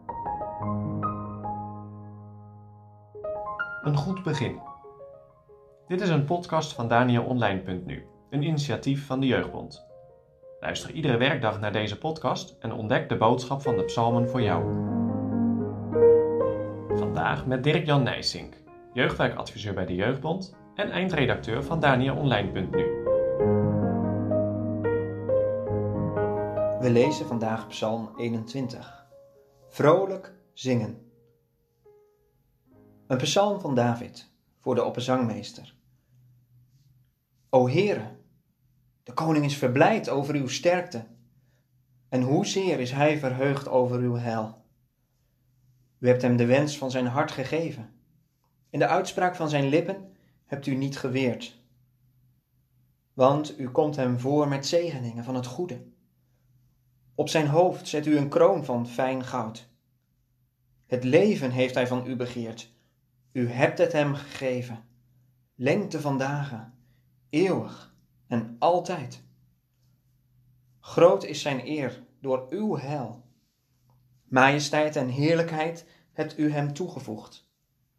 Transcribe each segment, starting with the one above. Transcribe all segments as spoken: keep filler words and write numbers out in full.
Een goed begin. Dit is een podcast van daniel online punt nu, een initiatief van de Jeugdbond. Luister iedere werkdag naar deze podcast en ontdek de boodschap van de psalmen voor jou. Vandaag met Dirk-Jan Nijsink, jeugdwerkadviseur bij de Jeugdbond en eindredacteur van daniel online punt nu. We lezen vandaag Psalm eenentwintig. Vrolijk zingen. Een psalm van David voor de opperzangmeester. O Heere, de koning is verblijd over uw sterkte, en hoezeer is hij verheugd over uw heil. U hebt hem de wens van zijn hart gegeven, en de uitspraak van zijn lippen hebt u niet geweerd. Want u komt hem voor met zegeningen van het goede. Op zijn hoofd zet u een kroon van fijn goud. Het leven heeft hij van u begeerd. U hebt het hem gegeven. Lengte van dagen, eeuwig en altijd. Groot is zijn eer door uw heil. Majesteit en heerlijkheid hebt u hem toegevoegd.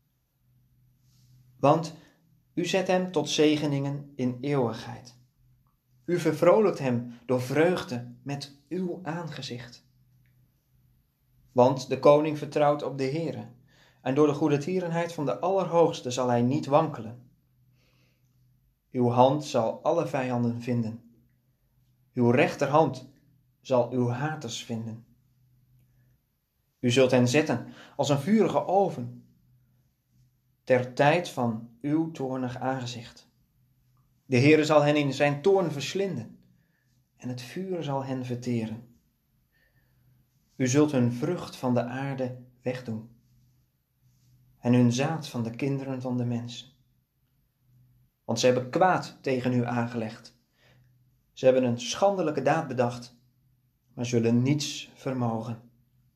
Want u zet hem tot zegeningen in eeuwigheid. U vervrolijkt hem door vreugde met uw aangezicht. Want de koning vertrouwt op de Heere, en door de goedertierenheid van de Allerhoogste zal hij niet wankelen. Uw hand zal alle vijanden vinden. Uw rechterhand zal uw haters vinden. U zult hen zetten als een vurige oven, ter tijd van uw toornig aangezicht. De Heere zal hen in zijn toorn verslinden, en het vuur zal hen verteren. U zult hun vrucht van de aarde wegdoen, en hun zaad van de kinderen van de mensen. Want ze hebben kwaad tegen u aangelegd. Ze hebben een schandelijke daad bedacht, maar zullen niets vermogen.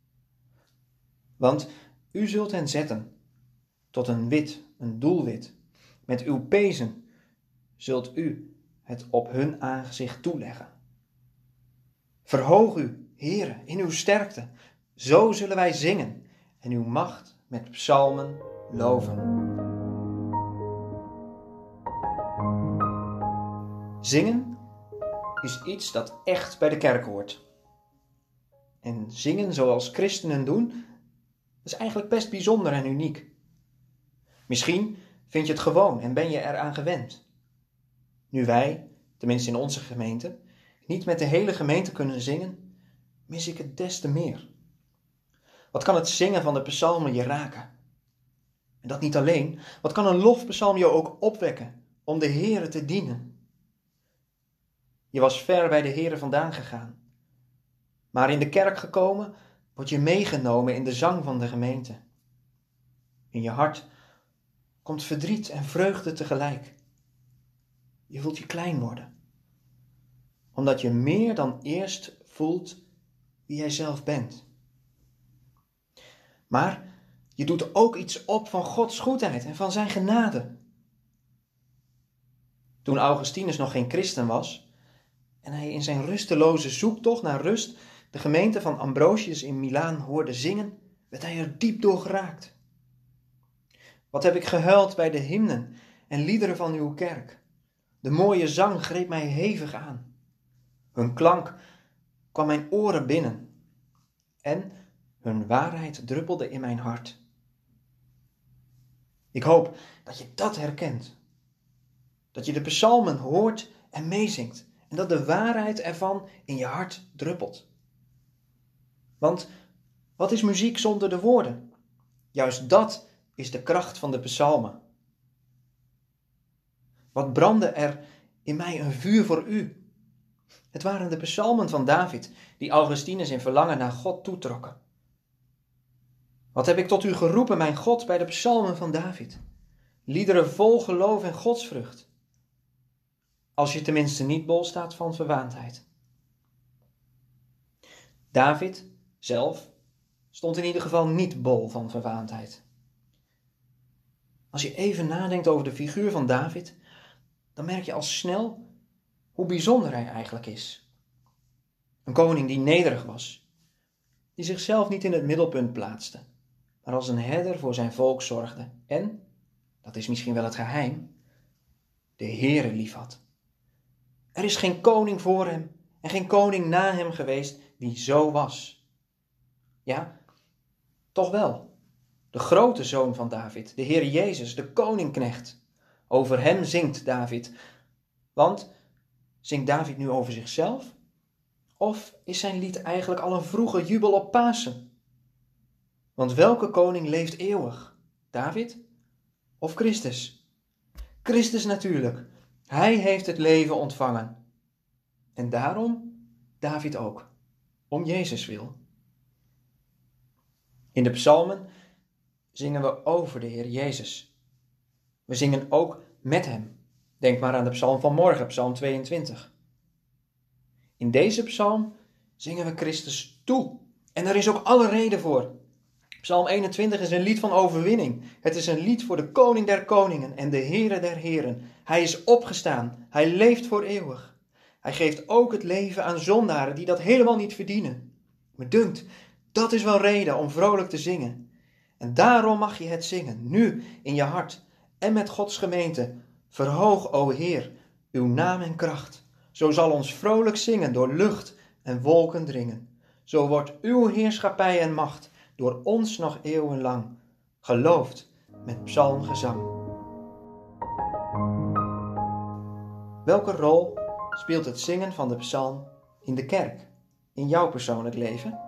Want u zult hen zetten tot een wit, een doelwit. Met uw pezen zult u het op hun aangezicht toeleggen. Verhoog u, Heere, in uw sterkte. Zo zullen wij zingen en uw macht met psalmen loven. Zingen is iets dat echt bij de kerk hoort. En zingen zoals christenen doen, is eigenlijk best bijzonder en uniek. Misschien vind je het gewoon en ben je eraan gewend. Nu wij, tenminste in onze gemeente, niet met de hele gemeente kunnen zingen, mis ik het des te meer. Wat kan het zingen van de psalmen je raken? En dat niet alleen, wat kan een lofpsalm je ook opwekken om de Heere te dienen? Je was ver bij de Heere vandaan gegaan, maar in de kerk gekomen word je meegenomen in de zang van de gemeente. In je hart komt verdriet en vreugde tegelijk. Je voelt je klein worden, omdat je meer dan eerst voelt wie jij zelf bent. Maar je doet ook iets op van Gods goedheid en van zijn genade. Toen Augustinus nog geen christen was en hij in zijn rusteloze zoektocht naar rust de gemeente van Ambrosius in Milaan hoorde zingen, werd hij er diep door geraakt. Wat heb ik gehuild bij de hymnen en liederen van uw kerk. De mooie zang greep mij hevig aan. Hun klank kwam mijn oren binnen en hun waarheid druppelde in mijn hart. Ik hoop dat je dat herkent. Dat je de psalmen hoort en meezingt en dat de waarheid ervan in je hart druppelt. Want wat is muziek zonder de woorden? Juist dat is de kracht van de psalmen. Wat brandde er in mij een vuur voor u? Het waren de psalmen van David die Augustinus in verlangen naar God toetrokken. Wat heb ik tot u geroepen, mijn God, bij de psalmen van David? Liederen vol geloof en godsvrucht. Als je tenminste niet bol staat van verwaandheid. David zelf stond in ieder geval niet bol van verwaandheid. Als je even nadenkt over de figuur van David, dan merk je al snel hoe bijzonder hij eigenlijk is. Een koning die nederig was, die zichzelf niet in het middelpunt plaatste, maar als een herder voor zijn volk zorgde en, dat is misschien wel het geheim, de Heere liefhad. Er is geen koning voor hem en geen koning na hem geweest die zo was. Ja, toch wel. De grote zoon van David, de Heer Jezus, de koningknecht. Over hem zingt David. Want, zingt David nu over zichzelf? Of is zijn lied eigenlijk al een vroege jubel op Pasen? Want welke koning leeft eeuwig? David of Christus? Christus natuurlijk. Hij heeft het leven ontvangen. En daarom David ook, om Jezus wil. In de psalmen zingen we over de Heer Jezus. We zingen ook met hem. Denk maar aan de psalm van morgen, psalm tweeëntwintig. In deze psalm zingen we Christus toe. En er is ook alle reden voor. Psalm eenentwintig is een lied van overwinning. Het is een lied voor de koning der koningen en de Heere der heren. Hij is opgestaan. Hij leeft voor eeuwig. Hij geeft ook het leven aan zondaren die dat helemaal niet verdienen. Me dunkt, dat is wel reden om vrolijk te zingen. En daarom mag je het zingen, nu in je hart en met Gods gemeente. Verhoog, o Heer, uw naam en kracht. Zo zal ons vrolijk zingen door lucht en wolken dringen. Zo wordt uw heerschappij en macht door ons nog eeuwenlang geloofd met psalmgezang. Welke rol speelt het zingen van de psalm in de kerk, in jouw persoonlijk leven?